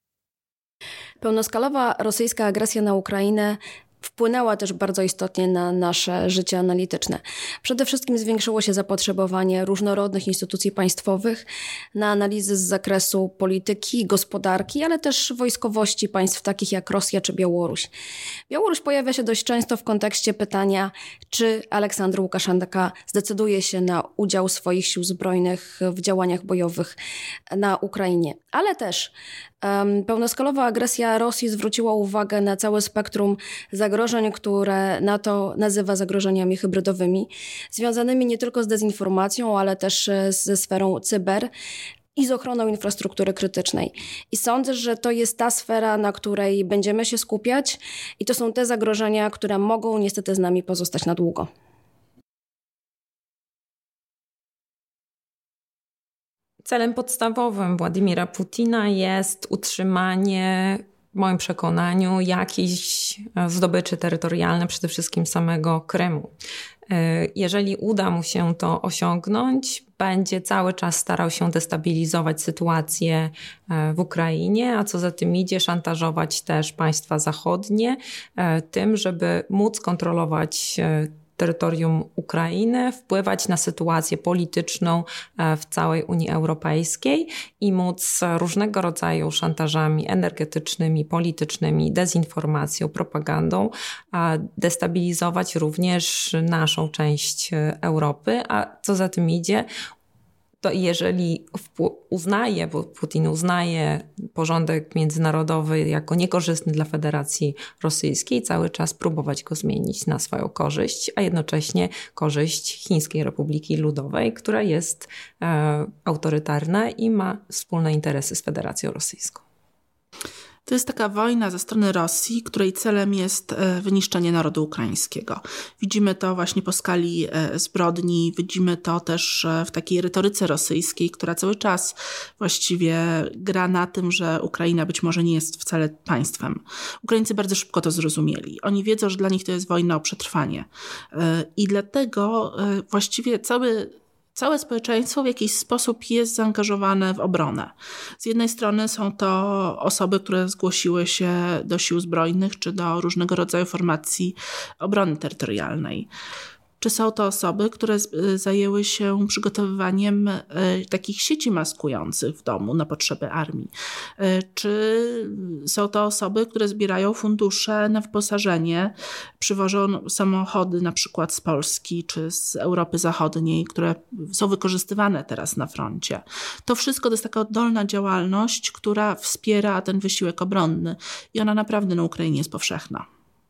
Pełnoskalowa rosyjska agresja na Ukrainę wpłynęła też bardzo istotnie na nasze życie analityczne. Przede wszystkim zwiększyło się zapotrzebowanie różnorodnych instytucji państwowych na analizy z zakresu polityki, gospodarki, ale też wojskowości państw takich jak Rosja czy Białoruś. Białoruś pojawia się dość często w kontekście pytania, czy Aleksander Łukaszenka zdecyduje się na udział swoich sił zbrojnych w działaniach bojowych na Ukrainie. Ale też um, pełnoskalowa agresja Rosji zwróciła uwagę na całe spektrum zagrożeń, które NATO nazywa zagrożeniami hybrydowymi, związanymi nie tylko z dezinformacją, ale też ze sferą cyber i z ochroną infrastruktury krytycznej. I sądzę, że to jest ta sfera, na której będziemy się skupiać i to są te zagrożenia, które mogą niestety z nami pozostać na długo. Celem podstawowym Władimira Putina jest utrzymanie, w moim przekonaniu, jakiejś zdobyczy terytorialnej, przede wszystkim samego Krymu. Jeżeli uda mu się to osiągnąć, będzie cały czas starał się destabilizować sytuację w Ukrainie, a co za tym idzie, szantażować też państwa zachodnie tym, żeby móc kontrolować terytorium Ukrainy, wpływać na sytuację polityczną w całej Unii Europejskiej i móc różnego rodzaju szantażami energetycznymi, politycznymi, dezinformacją, propagandą destabilizować również naszą część Europy, a co za tym idzie, to jeżeli uznaje, bo Putin uznaje porządek międzynarodowy jako niekorzystny dla Federacji Rosyjskiej, cały czas próbować go zmienić na swoją korzyść, a jednocześnie korzyść Chińskiej Republiki Ludowej, która jest e, autorytarna i ma wspólne interesy z Federacją Rosyjską. To jest taka wojna ze strony Rosji, której celem jest wyniszczenie narodu ukraińskiego. Widzimy to właśnie po skali zbrodni, widzimy to też w takiej retoryce rosyjskiej, która cały czas właściwie gra na tym, że Ukraina być może nie jest wcale państwem. Ukraińcy bardzo szybko to zrozumieli. Oni wiedzą, że dla nich to jest wojna o przetrwanie. I dlatego właściwie cały Całe społeczeństwo w jakiś sposób jest zaangażowane w obronę. Z jednej strony są to osoby, które zgłosiły się do sił zbrojnych czy do różnego rodzaju formacji obrony terytorialnej. Czy są to osoby, które zajęły się przygotowywaniem takich sieci maskujących w domu na potrzeby armii? Czy są to osoby, które zbierają fundusze na wyposażenie, przywożą samochody na przykład z Polski czy z Europy Zachodniej, które są wykorzystywane teraz na froncie? To wszystko to jest taka oddolna działalność, która wspiera ten wysiłek obronny i ona naprawdę na Ukrainie jest powszechna.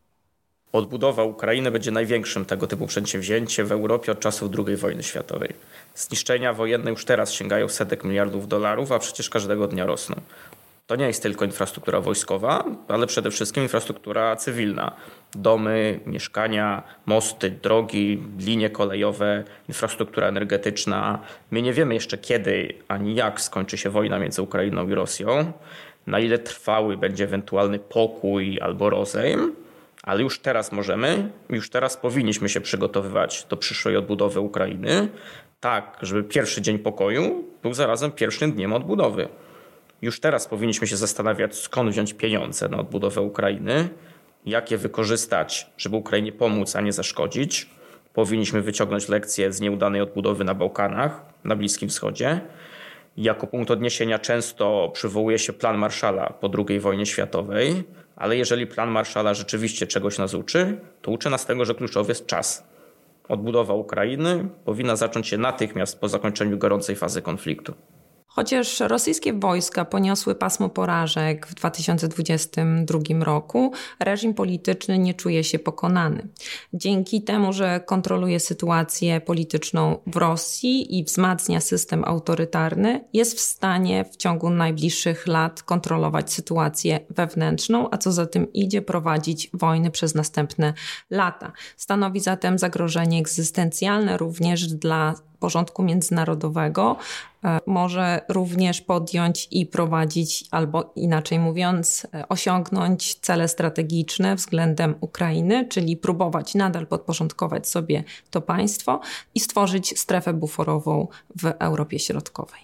Odbudowa Ukrainy będzie największym tego typu przedsięwzięciem w Europie od czasów drugiej wojny światowej. Zniszczenia wojenne już teraz sięgają setek miliardów dolarów, a przecież każdego dnia rosną. To nie jest tylko infrastruktura wojskowa, ale przede wszystkim infrastruktura cywilna. Domy, mieszkania, mosty, drogi, linie kolejowe, infrastruktura energetyczna. My nie wiemy jeszcze kiedy ani jak skończy się wojna między Ukrainą i Rosją, na ile trwały będzie ewentualny pokój albo rozejm. Ale już teraz możemy, już teraz powinniśmy się przygotowywać do przyszłej odbudowy Ukrainy, tak, żeby pierwszy dzień pokoju był zarazem pierwszym dniem odbudowy. Już teraz powinniśmy się zastanawiać, skąd wziąć pieniądze na odbudowę Ukrainy, jak je wykorzystać, żeby Ukrainie pomóc, a nie zaszkodzić. Powinniśmy wyciągnąć lekcje z nieudanej odbudowy na Bałkanach, na Bliskim Wschodzie. Jako punkt odniesienia często przywołuje się plan Marshalla po drugiej wojnie światowej, ale jeżeli plan Marshalla rzeczywiście czegoś nas uczy, to uczy nas tego, że kluczowy jest czas. Odbudowa Ukrainy powinna zacząć się natychmiast po zakończeniu gorącej fazy konfliktu. Chociaż rosyjskie wojska poniosły pasmo porażek w dwa tysiące dwudziestym drugim roku, reżim polityczny nie czuje się pokonany. Dzięki temu, że kontroluje sytuację polityczną w Rosji i wzmacnia system autorytarny, jest w stanie w ciągu najbliższych lat kontrolować sytuację wewnętrzną, a co za tym idzie, prowadzić wojny przez następne lata. Stanowi zatem zagrożenie egzystencjalne również dla porządku międzynarodowego, może również podjąć i prowadzić, albo inaczej mówiąc, osiągnąć cele strategiczne względem Ukrainy, czyli próbować nadal podporządkować sobie to państwo i stworzyć strefę buforową w Europie Środkowej.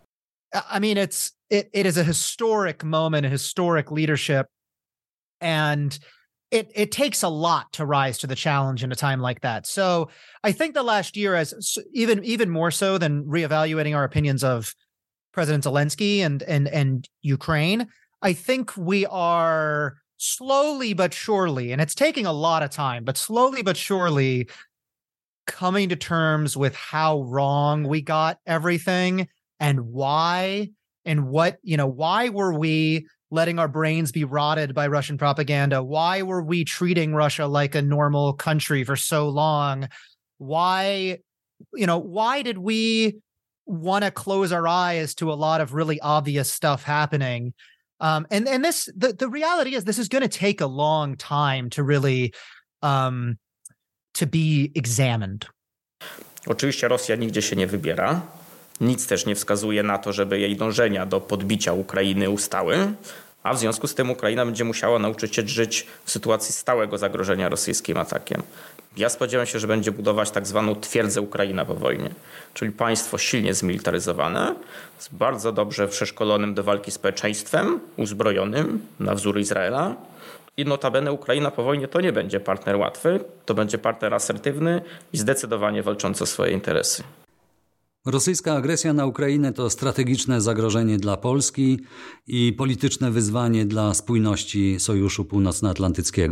I mean, it's it, it is a historic moment, a historic leadership, and It it takes a lot to rise to the challenge in a time like that. So I think the last year, as even even more so than reevaluating our opinions of President Zelensky and and and Ukraine, I think we are slowly but surely, and it's taking a lot of time, but slowly but surely coming to terms with how wrong we got everything and why and what, you know, why were we letting our brains be rotted by Russian propaganda? Why were we treating Russia like a normal country for so long? Why, you know, why did we want to close our eyes to a lot of really obvious stuff happening? Um, and and this, the, the reality is this is going to take a long time to really um, to be examined. Oczywiście Rosja nigdzie się nie wybiera. Nic też nie wskazuje na to, żeby jej dążenia do podbicia Ukrainy ustały, a w związku z tym Ukraina będzie musiała nauczyć się żyć w sytuacji stałego zagrożenia rosyjskim atakiem. Ja spodziewam się, że będzie budować tak zwaną twierdzę Ukraina po wojnie, czyli państwo silnie zmilitaryzowane, z bardzo dobrze przeszkolonym do walki społeczeństwem, uzbrojonym na wzór Izraela. I notabene Ukraina po wojnie to nie będzie partner łatwy, to będzie partner asertywny i zdecydowanie walczący o swoje interesy. Rosyjska agresja na Ukrainę to strategiczne zagrożenie dla Polski i polityczne wyzwanie dla spójności Sojuszu Północnoatlantyckiego.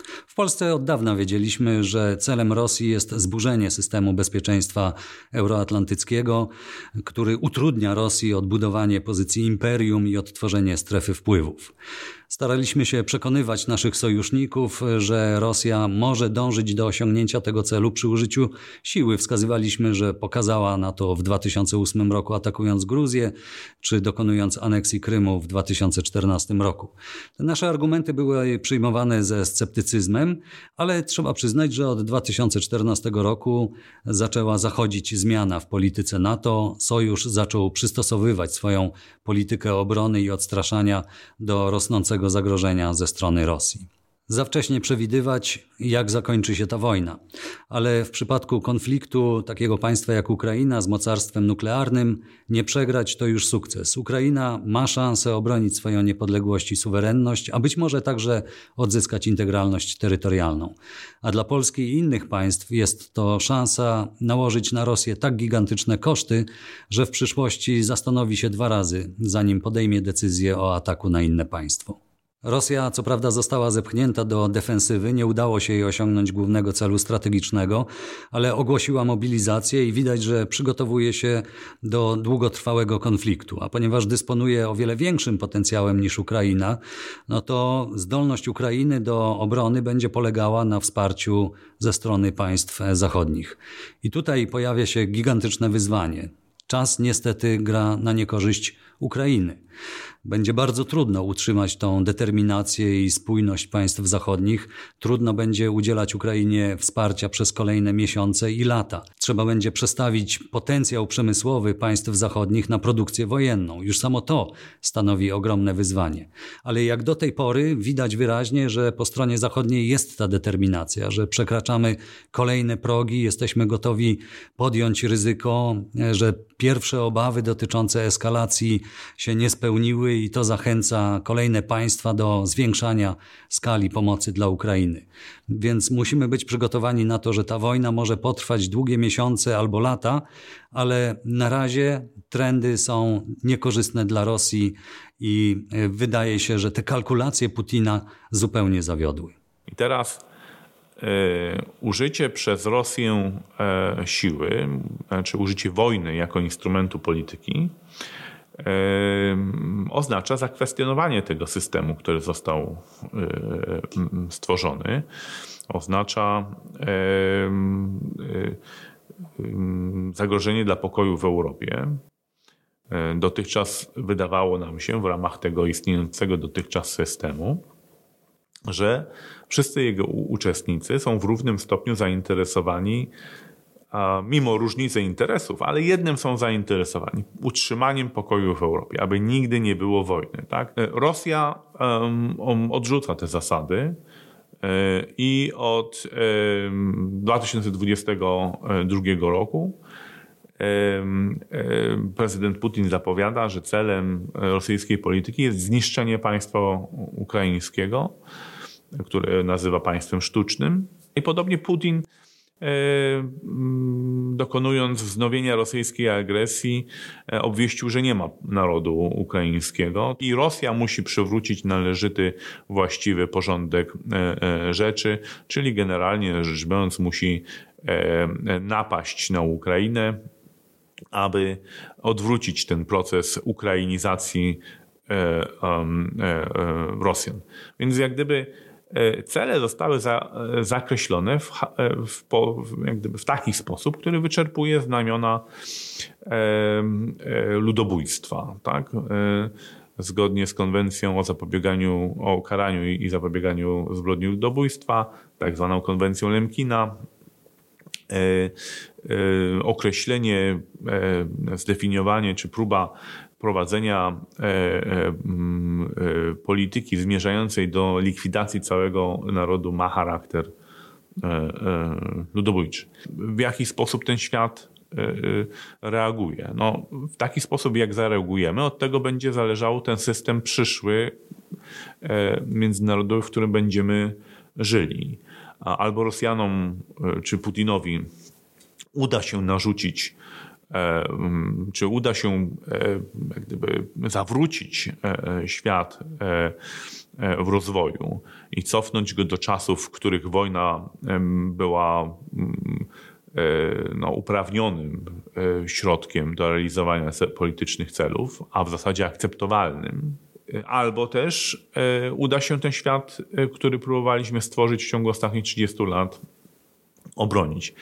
W Polsce od dawna wiedzieliśmy, że celem Rosji jest zburzenie systemu bezpieczeństwa euroatlantyckiego, który utrudnia Rosji odbudowanie pozycji imperium i odtworzenie strefy wpływów. Staraliśmy się przekonywać naszych sojuszników, że Rosja może dążyć do osiągnięcia tego celu przy użyciu siły. Wskazywaliśmy, że pokazała na to w dwa tysiące ósmym roku, atakując Gruzję, czy dokonując aneksji Krymu w dwa tysiące czternastym roku. Te nasze argumenty były przyjmowane ze sceptycyzmem, ale trzeba przyznać, że od dwa tysiące czternastego roku zaczęła zachodzić zmiana w polityce NATO. Sojusz zaczął przystosowywać swoją politykę obrony i odstraszania do rosnącego zagrożenia ze strony Rosji. Za wcześnie przewidywać, jak zakończy się ta wojna, ale w przypadku konfliktu takiego państwa jak Ukraina z mocarstwem nuklearnym nie przegrać to już sukces. Ukraina ma szansę obronić swoją niepodległość i suwerenność, a być może także odzyskać integralność terytorialną. A dla Polski i innych państw jest to szansa nałożyć na Rosję tak gigantyczne koszty, że w przyszłości zastanowi się dwa razy, zanim podejmie decyzję o ataku na inne państwo. Rosja co prawda została zepchnięta do defensywy, nie udało się jej osiągnąć głównego celu strategicznego, ale ogłosiła mobilizację i widać, że przygotowuje się do długotrwałego konfliktu. A ponieważ dysponuje o wiele większym potencjałem niż Ukraina, no to zdolność Ukrainy do obrony będzie polegała na wsparciu ze strony państw zachodnich. I tutaj pojawia się gigantyczne wyzwanie. Czas niestety gra na niekorzyść Ukrainy. Będzie bardzo trudno utrzymać tą determinację i spójność państw zachodnich. Trudno będzie udzielać Ukrainie wsparcia przez kolejne miesiące i lata. Trzeba będzie przestawić potencjał przemysłowy państw zachodnich na produkcję wojenną. Już samo to stanowi ogromne wyzwanie. Ale jak do tej pory widać wyraźnie, że po stronie zachodniej jest ta determinacja, że przekraczamy kolejne progi, jesteśmy gotowi podjąć ryzyko, że pierwsze obawy dotyczące eskalacji się nie spełniły i to zachęca kolejne państwa do zwiększania skali pomocy dla Ukrainy. Więc musimy być przygotowani na to, że ta wojna może potrwać długie miesiące albo lata, ale na razie trendy są niekorzystne dla Rosji i wydaje się, że te kalkulacje Putina zupełnie zawiodły. I teraz y, użycie przez Rosję y, siły, czy użycie wojny jako instrumentu polityki oznacza zakwestionowanie tego systemu, który został stworzony. Oznacza zagrożenie dla pokoju w Europie. Dotychczas wydawało nam się w ramach tego istniejącego dotychczas systemu, że wszyscy jego uczestnicy są w równym stopniu zainteresowani, mimo różnicy interesów, ale jednym są zainteresowani: utrzymaniem pokoju w Europie, aby nigdy nie było wojny. Tak? Rosja um, odrzuca te zasady yy, i od yy, dwa tysiące dwudziestego drugiego roku yy, yy, prezydent Putin zapowiada, że celem rosyjskiej polityki jest zniszczenie państwa ukraińskiego, które nazywa państwem sztucznym. I podobnie Putin, dokonując wznowienia rosyjskiej agresji, obwieścił, że nie ma narodu ukraińskiego i Rosja musi przywrócić należyty, właściwy porządek rzeczy, czyli generalnie rzecz biorąc musi napaść na Ukrainę, aby odwrócić ten proces ukrainizacji Rosjan. Więc jak gdyby cele zostały za, zakreślone w, w, jak gdyby w taki sposób, który wyczerpuje znamiona e, e, ludobójstwa. Tak? E, zgodnie z konwencją o zapobieganiu, o karaniu i, i zapobieganiu zbrodni ludobójstwa, tak zwaną konwencją Lemkina, e, e, określenie, e, zdefiniowanie czy próba prowadzenia e, e, e, polityki zmierzającej do likwidacji całego narodu ma charakter e, e, ludobójczy. W jaki sposób ten świat e, e, reaguje? No, w taki sposób, jak zareagujemy, od tego będzie zależał ten system przyszły e, międzynarodowy, w którym będziemy żyli. Albo Rosjanom czy Putinowi uda się narzucić czy uda się jak gdyby zawrócić świat w rozwoju i cofnąć go do czasów, w których wojna była no, uprawnionym środkiem do realizowania politycznych celów, a w zasadzie akceptowalnym. Albo też uda się ten świat, który próbowaliśmy stworzyć w ciągu ostatnich trzydziestu lat, obronić.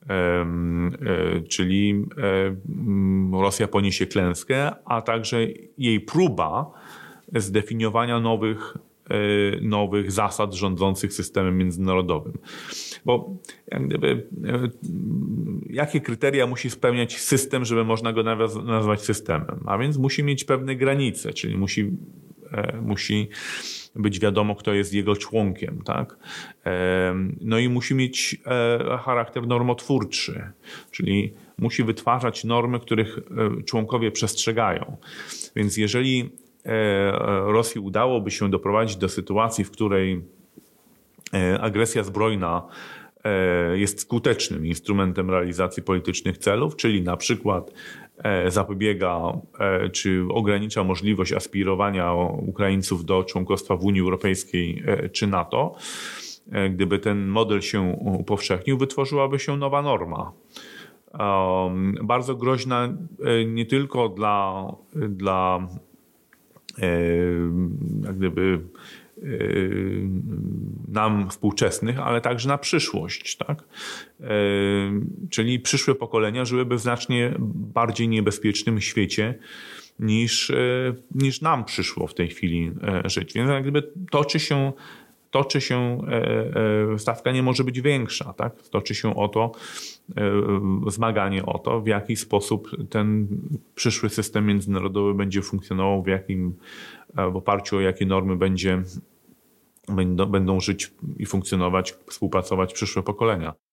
Czyli Rosja poniesie klęskę, a także jej próba zdefiniowania nowych, nowych zasad rządzących systemem międzynarodowym. Bo jak gdyby, jakie kryteria musi spełniać system, żeby można go nazwać systemem? A więc musi mieć pewne granice, czyli musi, musi być wiadomo, kto jest jego członkiem, tak? No i musi mieć charakter normotwórczy, czyli musi wytwarzać normy, których członkowie przestrzegają. Więc jeżeli Rosji udałoby się doprowadzić do sytuacji, w której agresja zbrojna jest skutecznym instrumentem realizacji politycznych celów, czyli na przykład zapobiega czy ogranicza możliwość aspirowania Ukraińców do członkostwa w Unii Europejskiej czy NATO, gdyby ten model się upowszechnił, wytworzyłaby się nowa norma. Bardzo groźna nie tylko dla, dla jak gdyby nam współczesnych, ale także na przyszłość, tak? Czyli przyszłe pokolenia żyłyby w znacznie bardziej niebezpiecznym świecie niż, niż nam przyszło w tej chwili żyć. Więc jak gdyby toczy się, toczy się stawka nie może być większa, tak? Toczy się o to, zmaganie o to, w jaki sposób ten przyszły system międzynarodowy będzie funkcjonował, w jakim, w oparciu o jakie normy będzie, będą, będą żyć i funkcjonować, współpracować przyszłe pokolenia.